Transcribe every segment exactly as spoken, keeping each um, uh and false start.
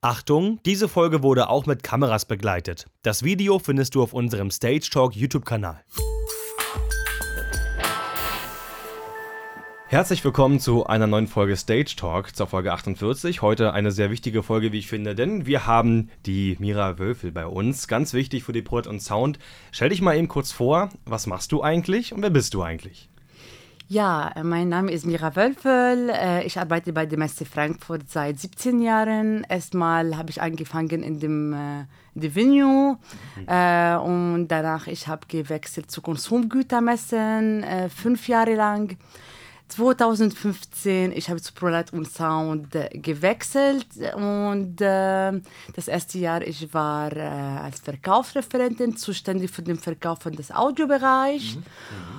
Achtung, diese Folge wurde auch mit Kameras begleitet. Das Video findest du auf unserem Stage Talk YouTube-Kanal. Herzlich willkommen zu einer neuen Folge Stage Talk, zur Folge achtundvierzig. Heute eine sehr wichtige Folge, wie ich finde, denn wir haben die Mira Wölfel bei uns. Ganz wichtig für die ProLight und Sound. Stell dich mal eben kurz vor, was machst du eigentlich und wer bist du eigentlich? Ja, mein Name ist Mira Wölfel. Ich arbeite bei der Messe Frankfurt seit siebzehn Jahren. Erstmal habe ich angefangen in dem äh, die Venue mhm. äh, und danach ich habe gewechselt zu Konsumgütermessen, äh, fünf Jahre lang. zweitausendfünfzehn, ich habe zu ProLight und Sound äh, gewechselt und äh, das erste Jahr ich war äh, als Verkaufsreferentin zuständig für den Verkauf von des Audiobereich. Mhm. Mhm.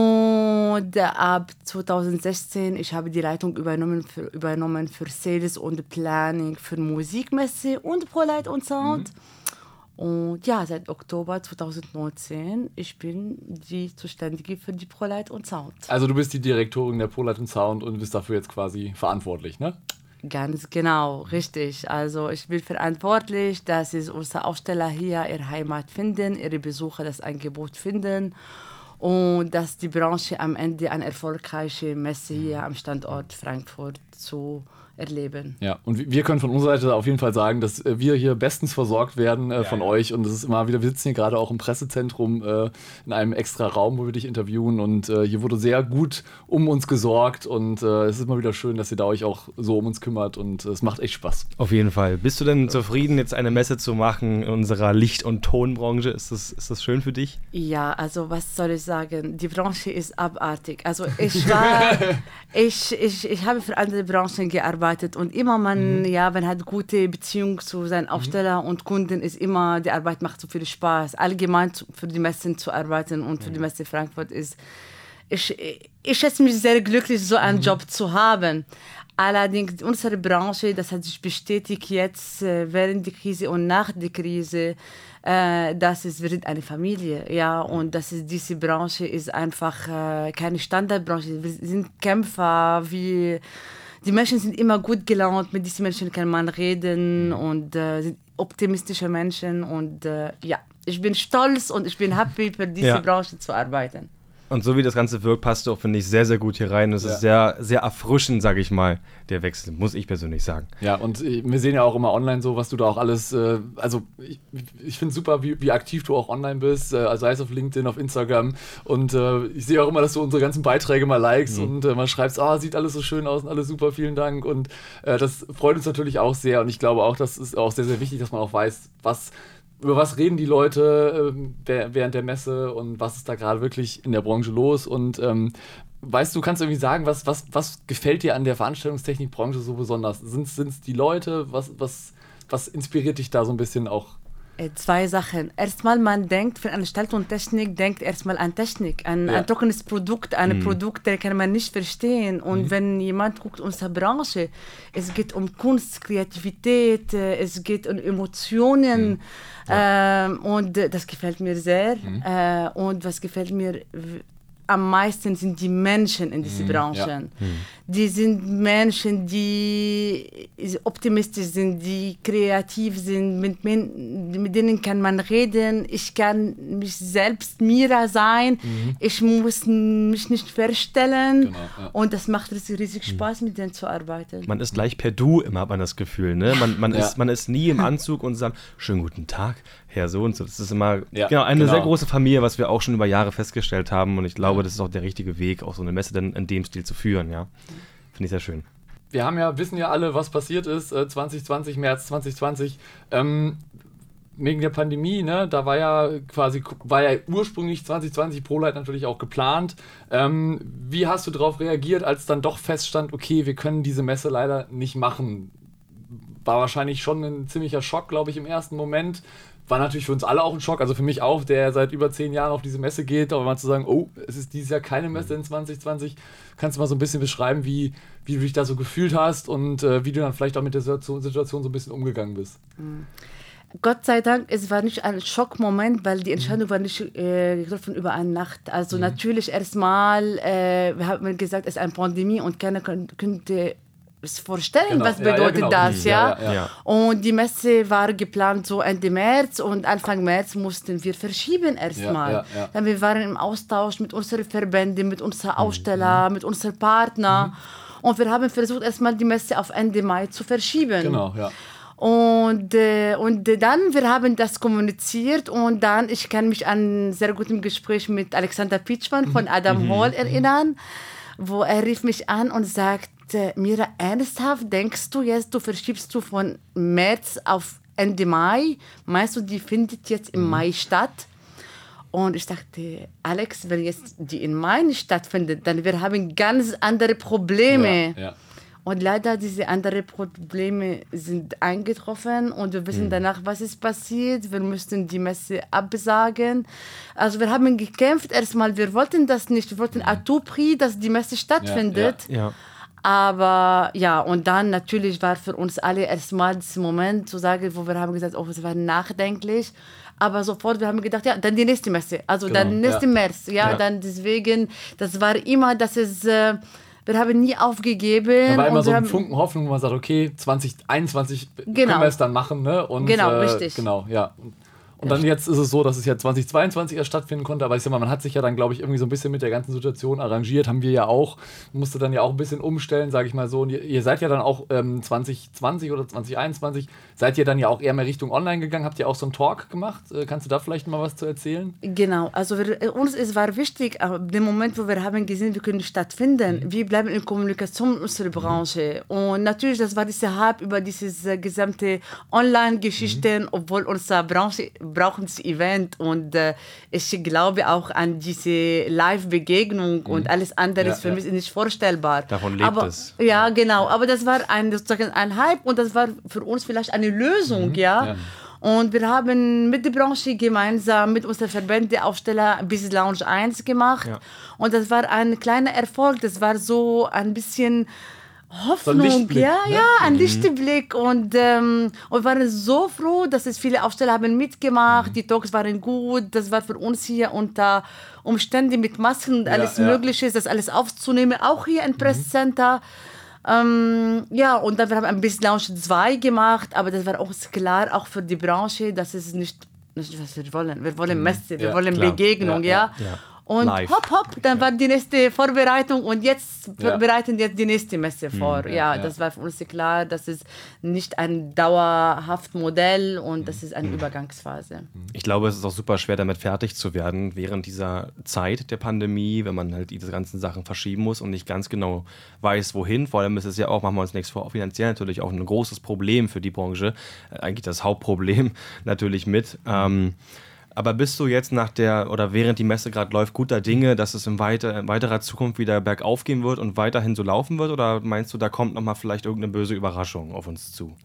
Und ab zweitausendsechzehn ich habe die Leitung übernommen für, übernommen für Sales und Planning für Musikmesse und ProLight und Sound. Mhm. Und ja, seit Oktober zweitausendneunzehn ich bin die Zuständige für die ProLight und Sound. Also du bist die Direktorin der ProLight und Sound und bist dafür jetzt quasi verantwortlich, ne? Ganz genau, richtig. Also ich bin verantwortlich, dass es unsere Aussteller hier ihre Heimat finden, ihre Besucher das Angebot finden. Und dass die Branche am Ende eine erfolgreiche Messe hier am Standort Frankfurt zu erleben. Ja, und wir können von unserer Seite auf jeden Fall sagen, dass wir hier bestens versorgt werden äh, ja, von ja. euch. Und es ist immer wieder, wir sitzen hier gerade auch im Pressezentrum äh, in einem extra Raum, wo wir dich interviewen. Und äh, hier wurde sehr gut um uns gesorgt. Und äh, es ist immer wieder schön, dass ihr da euch auch so um uns kümmert. Und äh, es macht echt Spaß. Auf jeden Fall. Bist du denn zufrieden, jetzt eine Messe zu machen in unserer Licht- und Tonbranche? Ist das, ist das schön für dich? Ja, also was soll ich sagen? Die Branche ist abartig. Also ich war, ich, ich, ich habe für andere Branchen gearbeitet. Und immer man, mhm. ja, man hat gute Beziehung zu seinen Aufsteller mhm. und Kunden, ist immer, die Arbeit macht so viel Spaß. Allgemein zu, für die Messen zu arbeiten und für mhm. die Messe Frankfurt ist, ich, ich schätze mich sehr glücklich, so einen mhm. Job zu haben. Allerdings unsere Branche, das hat sich bestätigt jetzt äh, während der Krise und nach der Krise, äh, dass es wird eine Familie, ja, und dass es, diese Branche ist einfach äh, keine Standardbranche. Wir sind Kämpfer, wie die Menschen sind immer gut gelaunt, mit diesen Menschen kann man reden und äh, sind optimistische Menschen und äh, ja, ich bin stolz und ich bin happy, für diese ja. Branche zu arbeiten. Und so wie das Ganze wirkt, passt du auch, finde ich, sehr, sehr gut hier rein. Es ja. ist sehr, sehr erfrischend, sage ich mal, der Wechsel, muss ich persönlich sagen. Ja, und wir sehen ja auch immer online so, was du da auch alles, äh, also ich, ich finde es super, wie, wie aktiv du auch online bist, äh, also sei es auf LinkedIn, auf Instagram und äh, ich sehe auch immer, dass du unsere ganzen Beiträge mal likest mhm. und äh, mal schreibst, ah, sieht alles so schön aus und alles super, vielen Dank und äh, das freut uns natürlich auch sehr und ich glaube auch, das ist auch sehr, sehr wichtig, dass man auch weiß, was über was reden die Leute äh, während der Messe und was ist da gerade wirklich in der Branche los und ähm, weißt du, kannst du irgendwie sagen, was, was, was gefällt dir an der Veranstaltungstechnikbranche so besonders? Sind es die Leute? Was, was, was inspiriert dich da so ein bisschen auch? Zwei Sachen. Erstmal, man denkt, für Veranstaltung und Technik, denkt erstmal an Technik, an ja. ein trockenes Produkt, ein mhm. Produkt, das kann man nicht verstehen. Und mhm. wenn jemand guckt, unsere Branche, es geht um Kunst, Kreativität, es geht um Emotionen mhm. ja. ähm, und das gefällt mir sehr. Mhm. Äh, und was gefällt mir am meisten sind die Menschen in dieser mhm. Branche. Ja. Mhm. Die sind Menschen, die optimistisch sind, die kreativ sind, mit, mit denen kann man reden. Ich kann mich selbst Mira sein. Mhm. Ich muss mich nicht verstellen. Genau, ja. Und das macht riesig, riesig Spaß, mhm. mit denen zu arbeiten. Man ist gleich per Du, immer hat man das Gefühl. Ne? Man, man, ja. ist, man ist nie im Anzug und sagt, schönen guten Tag, Herr so und so. Das ist immer ja, genau, eine genau. sehr große Familie, was wir auch schon über Jahre festgestellt haben. Und ich glaube, das ist auch der richtige Weg, auch so eine Messe dann in dem Stil zu führen. Ja? Finde ich sehr schön. Wir haben ja, wissen ja alle, was passiert ist, äh, zwanzig zwanzig, März zwanzig zwanzig. Ähm, wegen der Pandemie, ne, da war ja quasi, war ja ursprünglich zwanzig zwanzig ProLight natürlich auch geplant. Ähm, wie hast du darauf reagiert, als dann doch feststand, okay, wir können diese Messe leider nicht machen? War wahrscheinlich schon ein ziemlicher Schock, glaube ich, im ersten Moment. War natürlich für uns alle auch ein Schock, also für mich auch, der seit über zehn Jahren auf diese Messe geht, aber mal zu sagen, oh, es ist dieses Jahr keine Messe in zwanzig zwanzig. Kannst du mal so ein bisschen beschreiben, wie, wie du dich da so gefühlt hast und äh, wie du dann vielleicht auch mit der Situation so ein bisschen umgegangen bist? Mhm. Gott sei Dank, es war nicht ein Schockmoment, weil die Entscheidung mhm. war nicht äh, getroffen über eine Nacht. Also mhm. natürlich erstmal, äh, wir haben gesagt, es ist eine Pandemie und keiner könnte vorstellen, genau. was bedeutet ja, ja, genau. das, ja? Ja, ja, ja? Und die Messe war geplant so Ende März und Anfang März mussten wir verschieben erstmal. Ja, ja, ja. Dann wir waren im Austausch mit unseren Verbänden, mit unseren Ausstellern, mhm. mit unseren Partnern mhm. und wir haben versucht, erstmal die Messe auf Ende Mai zu verschieben. Genau, ja. Und, äh, und dann, wir haben das kommuniziert und dann, ich kann mich an ein sehr gutes Gespräch mit Alexander Pietschmann von Adam mhm. Hall erinnern, wo er rief mich an und sagt, Mira, ernsthaft, denkst du jetzt, du verschiebst du von März auf Ende Mai? Meinst du, die findet jetzt im mhm. Mai statt? Und ich dachte, Alex, wenn jetzt die in Mai nicht stattfindet, dann wir haben ganz andere Probleme. Ja, ja. Und leider diese anderen Probleme sind eingetroffen und wir wissen mhm. danach, was ist passiert. Wir mussten die Messe absagen. Also wir haben gekämpft erstmal, wir wollten das nicht, wir wollten à tout prix, dass die Messe stattfindet. Ja, ja. Aber ja, und dann natürlich war für uns alle erstmal das Moment zu sagen, wo wir haben gesagt, oh, es war nachdenklich. Aber sofort, wir haben gedacht, ja, dann die nächste Messe. Also genau, dann nächste ja. März. Ja, ja, dann deswegen, das war immer, dass es, äh, wir haben nie aufgegeben. Da war immer und so ein haben, Funken Hoffnung, wo man sagt, okay, zwanzig einundzwanzig genau. können wir es dann machen. Ne? Und, genau, äh, richtig. Genau, ja. Und dann jetzt ist es so, dass es ja zwanzig zweiundzwanzig erst stattfinden konnte, aber ich sag mal, man hat sich ja dann, glaube ich, irgendwie so ein bisschen mit der ganzen Situation arrangiert, haben wir ja auch, musste dann ja auch ein bisschen umstellen, sage ich mal so. Und ihr, ihr seid ja dann auch ähm, zwanzig zwanzig oder zwanzig einundzwanzig, seid ihr dann ja auch eher mehr Richtung Online gegangen, habt ihr auch so einen Talk gemacht? Äh, kannst du da vielleicht mal was zu erzählen? Genau, also wir, uns es war wichtig, im Moment, wo wir haben gesehen, wir können stattfinden, mhm. wir bleiben in Kommunikation mit unserer Branche. Mhm. Und natürlich, das war dieser Hype über diese äh, gesamte Online-Geschichten, mhm. obwohl unsere Branche braucht das Event und äh, ich glaube auch an diese Live-Begegnung mhm. und alles andere ist ja, für ja. mich nicht vorstellbar. Davon lebt aber, es. Ja, genau. Aber das war ein, sozusagen ein Hype und das war für uns vielleicht eine Lösung, mhm. ja. ja. Und wir haben mit der Branche gemeinsam, mit unseren Verbänden Aufsteller bis Lounge eins gemacht. Ja. Und das war ein kleiner Erfolg. Das war so ein bisschen Hoffnung, so ja, ne? ja, ein mhm. Lichtblick. Und, ähm, und wir waren so froh, dass es viele Aufsteller haben mitgemacht. Mhm. Die Talks waren gut. Das war für uns hier unter Umständen mit Masken und alles ja, Mögliche, ja. das alles aufzunehmen. Auch hier im Presscenter. Mhm. Ähm, ja, und dann haben wir ein bisschen Lounge zwei gemacht. Aber das war auch klar, auch für die Branche, dass es nicht, nicht was wir wollen. Wir wollen Messe, wir ja, wollen klar. Begegnung, ja. ja. ja. Und Live. hopp, hopp, dann war die nächste Vorbereitung und jetzt ja. bereiten jetzt die nächste Messe vor. Mhm, ja, ja, das war für uns klar, das ist nicht ein dauerhaft Modell und mhm. das ist eine mhm. Übergangsphase. Ich glaube, es ist auch super schwer, damit fertig zu werden während dieser Zeit der Pandemie, wenn man halt diese ganzen Sachen verschieben muss und nicht ganz genau weiß, wohin. Vor allem ist es ja auch, machen wir uns nichts vor, finanziell natürlich auch ein großes Problem für die Branche. Eigentlich das Hauptproblem natürlich mit. Ähm, Aber bist du jetzt nach der, oder während die Messe gerade läuft, guter Dinge, dass es in, weiter, in weiterer Zukunft wieder bergauf gehen wird und weiterhin so laufen wird? Oder meinst du, da kommt nochmal vielleicht irgendeine böse Überraschung auf uns zu?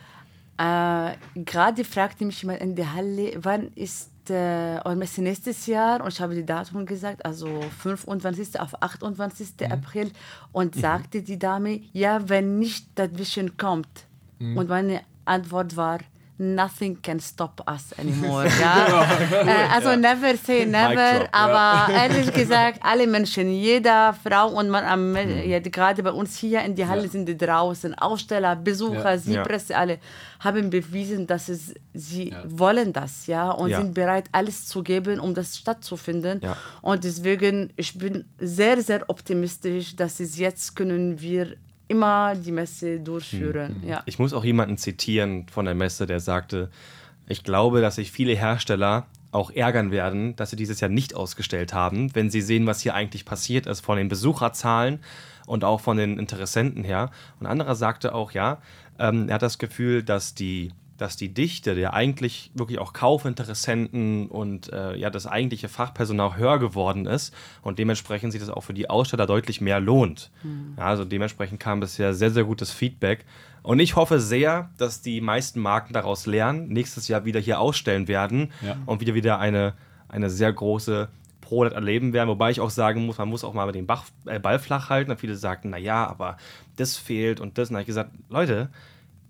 Äh, gerade fragte mich jemand in der Halle, wann ist äh, eure Messe nächstes Jahr? Und ich habe die Datum gesagt, also fünfundzwanzigsten auf achtundzwanzigsten Mhm. April. Und mhm. sagte die Dame, ja, wenn nicht dazwischen kommt. Mhm. Und meine Antwort war, nothing can stop us anymore. Ja? äh, also ja. never say never, drop, aber ja. ehrlich gesagt, alle Menschen, jeder Frau und Mann, am, mhm. ja, gerade bei uns hier in die Halle ja. sind die draußen, Aussteller, Besucher, ja. Sie, ja. Presse, alle haben bewiesen, dass es, sie ja. wollen das, ja, und ja. sind bereit, alles zu geben, um das stattzufinden. Ja. Und deswegen, ich bin sehr, sehr optimistisch, dass es jetzt können wir immer die Messe durchführen. Hm. Ja. Ich muss auch jemanden zitieren von der Messe, der sagte, ich glaube, dass sich viele Hersteller auch ärgern werden, dass sie dieses Jahr nicht ausgestellt haben, wenn sie sehen, was hier eigentlich passiert ist von den Besucherzahlen und auch von den Interessenten her. Und ein anderer sagte auch, ja, ähm, er hat das Gefühl, dass die dass die Dichte der eigentlich wirklich auch Kaufinteressenten und äh, ja, das eigentliche Fachpersonal höher geworden ist und dementsprechend sich das auch für die Aussteller deutlich mehr lohnt. Mhm. Ja, also dementsprechend kam bisher sehr, sehr gutes Feedback. Und ich hoffe sehr, dass die meisten Marken daraus lernen, nächstes Jahr wieder hier ausstellen werden ja. und wieder wieder eine, eine sehr große ProLED erleben werden. Wobei ich auch sagen muss, man muss auch mal den Bach, äh, Ball flach halten. Und viele sagten, naja, aber das fehlt und das. Und dann habe ich gesagt, Leute,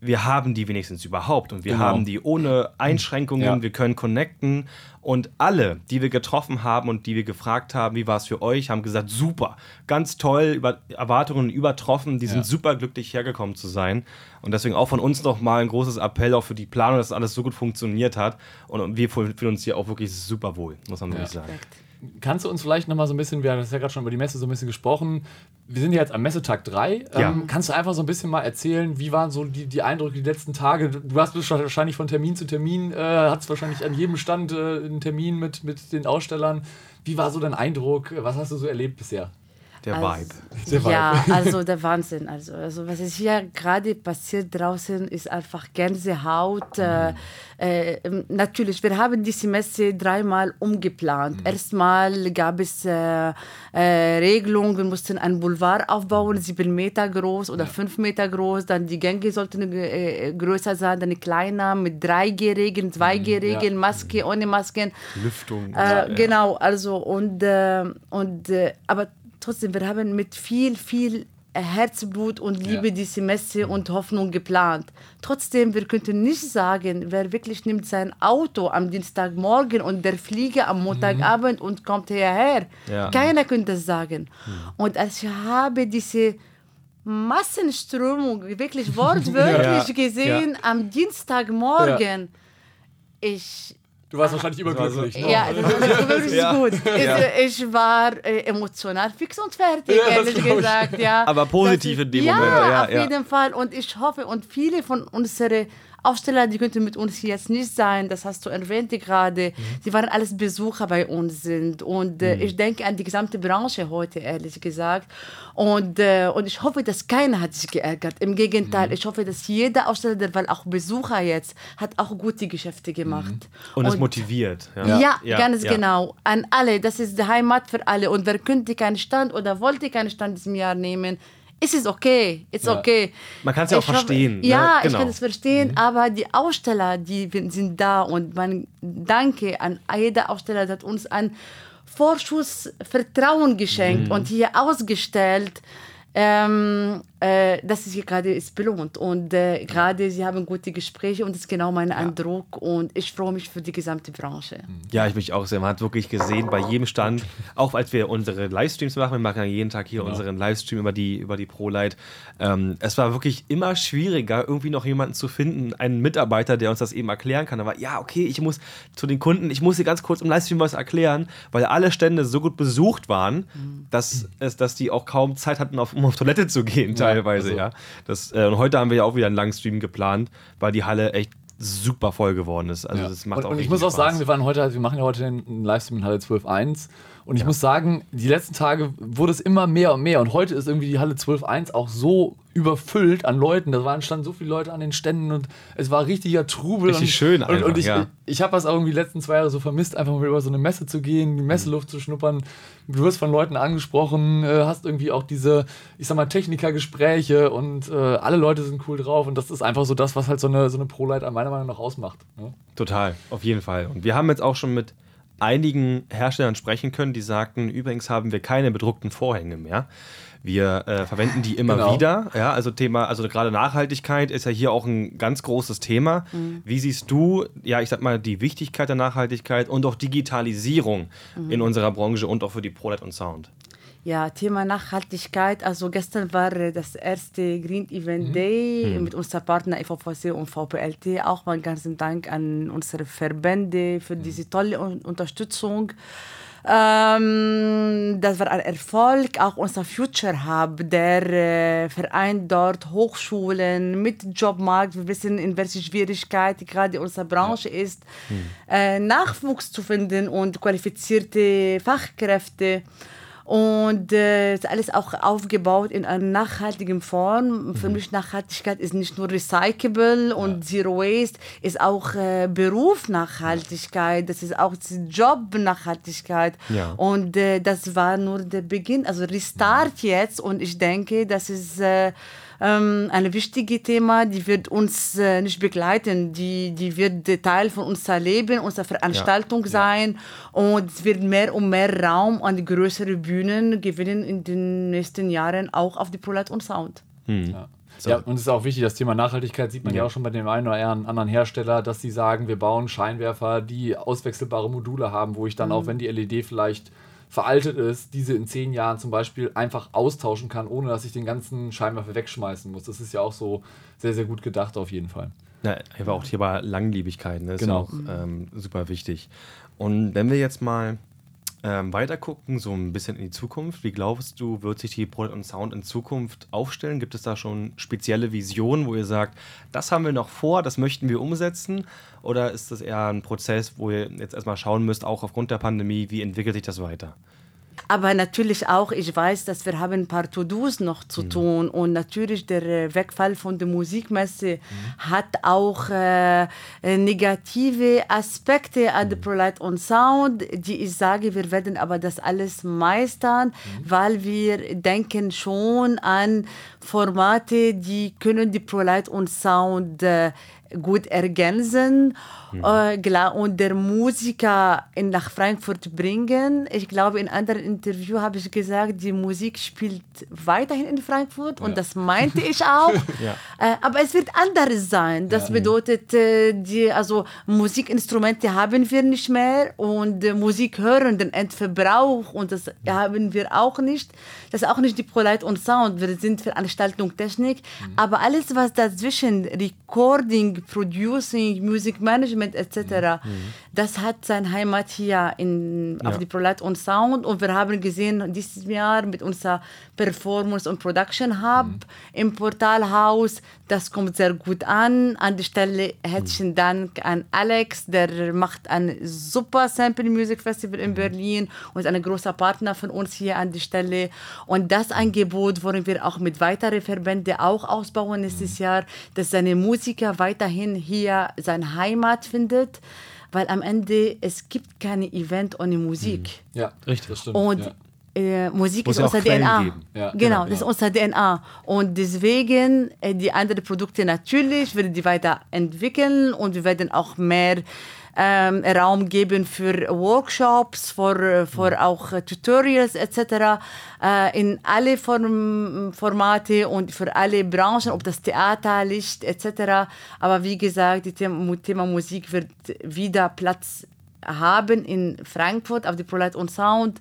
wir haben die wenigstens überhaupt und wir genau. haben die ohne Einschränkungen, ja. wir können connecten und alle, die wir getroffen haben und die wir gefragt haben, wie war es für euch, haben gesagt, super, ganz toll, über Erwartungen übertroffen, die sind ja. super glücklich hergekommen zu sein und deswegen auch von uns nochmal ein großes Appell auch für die Planung, dass alles so gut funktioniert hat und wir fühlen uns hier auch wirklich super wohl, muss man wirklich ja. sagen. Kannst du uns vielleicht nochmal so ein bisschen, wir haben ja gerade schon über die Messe so ein bisschen gesprochen, wir sind ja jetzt am Messetag drei. Ja. Ähm, kannst du einfach so ein bisschen mal erzählen, wie waren so die, die Eindrücke die letzten Tage? Du hast wahrscheinlich von Termin zu Termin, äh, hattest wahrscheinlich an jedem Stand äh, einen Termin mit, mit den Ausstellern. Wie war so dein Eindruck? Was hast du so erlebt bisher? Der also, Vibe. Der Vibe. Ja, also der Wahnsinn. Also, also was ist hier gerade passiert draußen, ist einfach Gänsehaut. Mhm. Äh, äh, natürlich, wir haben diese Messe dreimal umgeplant. Mhm. Erstmal gab es äh, äh, Regelungen, wir mussten einen Boulevard aufbauen, sieben Meter groß oder ja. fünf Meter groß. Dann die Gänge sollten äh, größer sein, dann kleiner mit drei G-Regeln, zwei G-Regeln, ja. Maske, ohne Masken. Lüftung. Äh, ja, genau, also und, äh, und äh, aber trotzdem, wir haben mit viel, viel Herzblut und Liebe ja. diese Messe und Hoffnung geplant. Trotzdem, wir könnten nicht sagen, wer wirklich nimmt sein Auto am Dienstagmorgen und der Flieger am Montagabend mhm. und kommt hierher. Ja. Keiner könnte das sagen. Mhm. Und als ich habe diese Massenströmung wirklich wortwörtlich ja. gesehen ja. am Dienstagmorgen, ja. ich... Du warst wahrscheinlich überglücklich. So, ne? Ja, das war wirklich ja. gut. Ja. Ich, ich war äh, emotional fix und fertig, ja, ehrlich gesagt. Ja. Aber positiv in dem ja, Moment. Ja, auf ja. jeden Fall. Und ich hoffe, und viele von unseren Aussteller, die könnten mit uns jetzt nicht sein, das hast du erwähnt gerade, mhm. die waren alles Besucher bei uns sind. Und äh, mhm. ich denke an die gesamte Branche heute, ehrlich gesagt. Und, äh, und ich hoffe, dass keiner hat sich geärgert. Im Gegenteil, mhm. ich hoffe, dass jeder Aussteller, weil auch Besucher jetzt, hat auch gute Geschäfte gemacht. Mhm. Und es motiviert. Ja, ja, ja ganz ja. genau. An alle, das ist die Heimat für alle. Und wer könnte keinen Stand oder wollte keinen Stand diesem Jahr nehmen, es ist okay, it's ja. okay. Man kann es ja auch ich verstehen. Hoffe, ja, ne? genau. ich kann es verstehen, mhm. aber die Aussteller, die sind da und man danke an jeder Aussteller, der hat uns ein Vorschussvertrauen geschenkt mhm. und hier ausgestellt. Ähm, äh, das ist hier gerade ist belohnt und äh, gerade sie haben gute Gespräche und das ist genau mein ja. Eindruck und ich freue mich für die gesamte Branche. Ja, ich mich auch sehr. Man hat wirklich gesehen bei jedem Stand, auch als wir unsere Livestreams machen, wir machen ja jeden Tag hier genau. unseren Livestream über die, über die ProLight. Ähm, es war wirklich immer schwieriger, irgendwie noch jemanden zu finden, einen Mitarbeiter, der uns das eben erklären kann. Aber ja, okay, ich muss zu den Kunden, ich muss hier ganz kurz im Livestream was erklären, weil alle Stände so gut besucht waren, mhm. dass, es, dass die auch kaum Zeit hatten, auf, um auf Toilette zu gehen, teilweise, also. ja. Das, äh, und heute haben wir ja auch wieder einen langen Stream geplant, weil die Halle echt super voll geworden ist. Also ja. das macht und, auch und ich muss auch Spaß. sagen, wir waren heute, also wir machen ja heute einen Livestream in Halle zwölf Punkt eins und ich ja. muss sagen, die letzten Tage wurde es immer mehr und mehr und heute ist irgendwie die Halle zwölf Punkt eins auch so überfüllt an Leuten. Da waren, standen so viele Leute an den Ständen und es war richtiger Trubel. Richtig und, schön einfach, Und, und ich, ja. ich, ich habe das irgendwie die letzten zwei Jahre so vermisst, einfach mal über so eine Messe zu gehen, die Messeluft zu schnuppern. Du wirst von Leuten angesprochen, hast irgendwie auch diese, ich sag mal, Technikergespräche und äh, alle Leute sind cool drauf und das ist einfach so das, was halt so eine, so eine ProLight meiner Meinung nach ausmacht. Ne? Total, auf jeden Fall. Und wir haben jetzt auch schon mit einigen Herstellern sprechen können, die sagten, übrigens haben wir keine bedruckten Vorhänge mehr. Wir äh, verwenden die immer genau. wieder. Ja, also Thema, also gerade Nachhaltigkeit ist ja hier auch ein ganz großes Thema. Mhm. Wie siehst du, ja, ich sag mal, die Wichtigkeit der Nachhaltigkeit und auch Digitalisierung mhm. in unserer Branche und auch für die ProLight und Sound? Ja, Thema Nachhaltigkeit. Also gestern war das erste Green Event mhm. Day mhm. mit unserem Partner E V V C und V P L T. Auch mal ganz Dank an unsere Verbände für diese tolle Unterstützung. Ähm, das war ein Erfolg. Auch unser Future Hub, der äh, Verein dort Hochschulen mit Jobmarkt. Wir wissen, in welche Schwierigkeit gerade unsere Branche ja. ist, mhm. äh, Nachwuchs zu finden und qualifizierte Fachkräfte. Und äh, ist alles auch aufgebaut in einer nachhaltigen Form. Mhm. Für mich Nachhaltigkeit ist nicht nur recyclable ja. und Zero Waste, ist auch äh, Beruf Nachhaltigkeit, das ist auch Job Nachhaltigkeit. Ja. Und äh, das war nur der Beginn, also Restart mhm. jetzt. Und ich denke, das ist äh, ähm, ein wichtiges Thema, die wird uns äh, nicht begleiten, die, die wird Teil von unser Leben, unserer Veranstaltung ja. sein. Ja. Und es wird mehr und mehr Raum an die größeren Bühnen gewinnen in den nächsten Jahren, auch auf die ProLight und Sound. Hm. Ja. So. Ja, und es ist auch wichtig, das Thema Nachhaltigkeit sieht man ja, ja auch schon bei dem einen oder anderen Hersteller, dass sie sagen, wir bauen Scheinwerfer, die auswechselbare Module haben, wo ich dann mhm. auch, wenn die L E D vielleicht veraltet ist, diese in zehn Jahren zum Beispiel einfach austauschen kann, ohne dass ich den ganzen Scheinwerfer wegschmeißen muss. Das ist ja auch so sehr, sehr gut gedacht auf jeden Fall. Ja, aber auch hier bei Langlebigkeit, ne? Ist genau. auch ähm, super wichtig. Und wenn wir jetzt mal ähm, weiter gucken, so ein bisschen in die Zukunft, wie glaubst du, wird sich die ProLight und Sound in Zukunft aufstellen? Gibt es da schon spezielle Visionen, wo ihr sagt, das haben wir noch vor, das möchten wir umsetzen? Oder ist das eher ein Prozess, wo ihr jetzt erstmal schauen müsst, auch aufgrund der Pandemie, wie entwickelt sich das weiter? Aber natürlich auch, ich weiß, dass wir haben ein paar To-Dos noch zu mhm. tun und natürlich der Wegfall von der Musikmesse mhm. hat auch äh, negative Aspekte an mhm. der ProLight und Sound, die ich sage, wir werden aber das alles meistern, mhm. weil wir denken schon an Formate, die können die ProLight und Sound äh, gut ergänzen mhm. äh, und der Musiker in, nach Frankfurt bringen. Ich glaube, in einem anderen Interview habe ich gesagt, die Musik spielt weiterhin in Frankfurt ja. und das meinte ich auch. ja. äh, aber es wird anders sein. Das ja. bedeutet, äh, die, also Musikinstrumente haben wir nicht mehr und äh, Musik hören, den Endverbrauch und das ja. haben wir auch nicht. Das ist auch nicht die ProLight und Sound. Wir sind Veranstaltung Technik, mhm. aber alles, was dazwischen, Recording, Producing, Music Management et cetera. Mhm. Das hat seine Heimat hier in, ja. auf die ProLight und Sound und wir haben gesehen dieses Jahr mit unserer Performance und Production Hub mhm. im Portalhaus, das kommt sehr gut an. An der Stelle herzlichen mhm. Dank an Alex, der macht ein super Sample Music Festival in Berlin und ist ein großer Partner von uns hier an der Stelle. Und das Angebot wollen wir auch mit weiteren Verbänden auch ausbauen nächstes mhm. Jahr, dass seine Musiker weiterhin hier seine Heimat findet, weil am Ende es gibt keine Event ohne Musik. Ja, richtig, das stimmt. Und ja. Äh, Musik Muss ist unser D N A. Ja, genau, genau, das ja. ist unser D N A. Und deswegen, äh, die anderen Produkte natürlich, werden die weiterentwickeln und wir werden auch mehr ähm, Raum geben für Workshops, für, für mhm. auch äh, Tutorials et cetera. Äh, in alle Form, Formate und für alle Branchen, ob das Theater, Licht et cetera. Aber wie gesagt, das Thema, Thema Musik wird wieder Platz haben in Frankfurt auf die ProLight und Sound.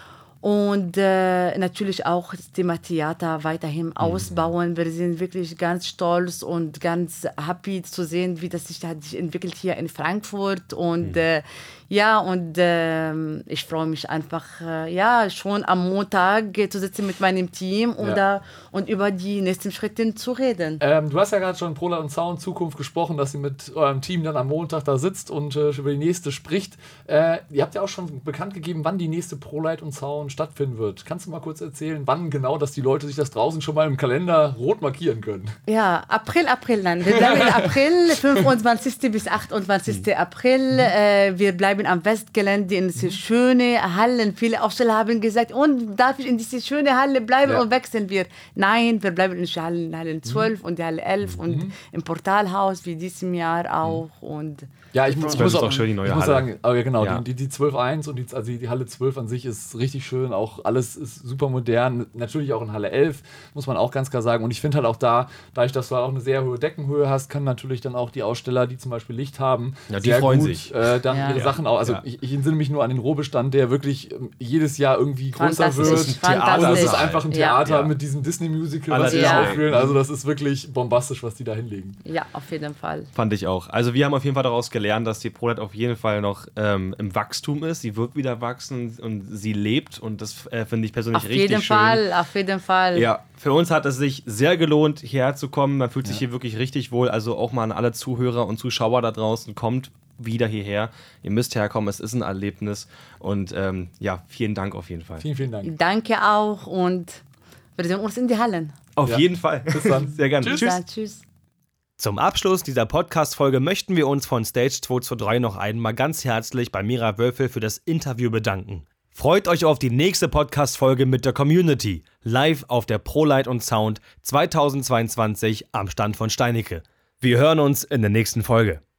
Und äh, natürlich auch das Thema Theater weiterhin mhm. ausbauen. Wir sind wirklich ganz stolz und ganz happy zu sehen, wie das sich, hat sich entwickelt hier in Frankfurt. Und mhm. äh, ja, und äh, ich freue mich einfach, äh, ja, schon am Montag zu sitzen mit meinem Team und, ja. da, und über die nächsten Schritte zu reden. Ähm, du hast ja gerade schon ProLight und Sound Zukunft gesprochen, dass ihr mit eurem Team dann am Montag da sitzt und äh, über die nächste spricht. Äh, ihr habt ja auch schon bekannt gegeben, wann die nächste ProLight und Sound stattfinden wird. Kannst du mal kurz erzählen, wann genau, dass die Leute sich das draußen schon mal im Kalender rot markieren können? Ja, April, April, nein. Wir bleiben im April, fünfundzwanzigsten bis achtundzwanzigsten April. Äh, wir bleiben am Westgelände in diese schöne Hallen. Viele Aussteller haben gesagt, und darf ich in diese schöne Halle bleiben ja. und wechseln wir? Nein, wir bleiben in der Halle, Halle zwölf mhm. und die Halle elf mhm. und im Portalhaus wie diesem Jahr auch. Und ja, ich muss, ich muss, auch, auch schön die neue ich muss Halle. sagen, aber genau, ja. die, die zwölf eins und die, also die Halle zwölf an sich ist richtig schön, auch alles ist super modern, natürlich auch in Halle elf, muss man auch ganz klar sagen. Und ich finde halt auch da, dadurch, dass du auch eine sehr hohe Deckenhöhe hast, können natürlich dann auch die Aussteller, die zum Beispiel Licht haben, ja, die freuen gut, sich. Äh, dann ja. ihre ja. Sachen auch, also ja. ich, ich entsinne mich nur an den Rohbestand, der wirklich ähm, jedes Jahr irgendwie größer wird. Das ist, ein Theater. das ist einfach ein Theater ja. mit diesem Disney-Musical, was sie da aufführen. Also das ist wirklich bombastisch, was die da hinlegen. Ja, auf jeden Fall. Fand ich auch. Also wir haben auf jeden Fall daraus gelernt, dass die ProLight auf jeden Fall noch ähm, im Wachstum ist. Sie wird wieder wachsen und sie lebt und das äh, finde ich persönlich auf richtig schön. Auf jeden Fall, auf jeden Fall. Ja, für uns hat es sich sehr gelohnt, hierher zu kommen. Man fühlt sich ja. hier wirklich richtig wohl. Also auch mal an alle Zuhörer und Zuschauer da draußen, kommt wieder hierher. Ihr müsst herkommen, es ist ein Erlebnis. Und ähm, ja, vielen Dank auf jeden Fall. Vielen, vielen Dank. Danke auch und wir sehen uns in die Hallen. Auf ja. jeden Fall. Bis dann. Sehr gerne. Tschüss. Tschüss. Tschüss. Zum Abschluss dieser Podcast-Folge möchten wir uns von Stage zwei zwei drei noch einmal ganz herzlich bei Mira Wölfel für das Interview bedanken. Freut euch auf die nächste Podcast-Folge mit der Community, live auf der ProLight und Sound zweitausendzweiundzwanzig am Stand von Steinicke. Wir hören uns in der nächsten Folge.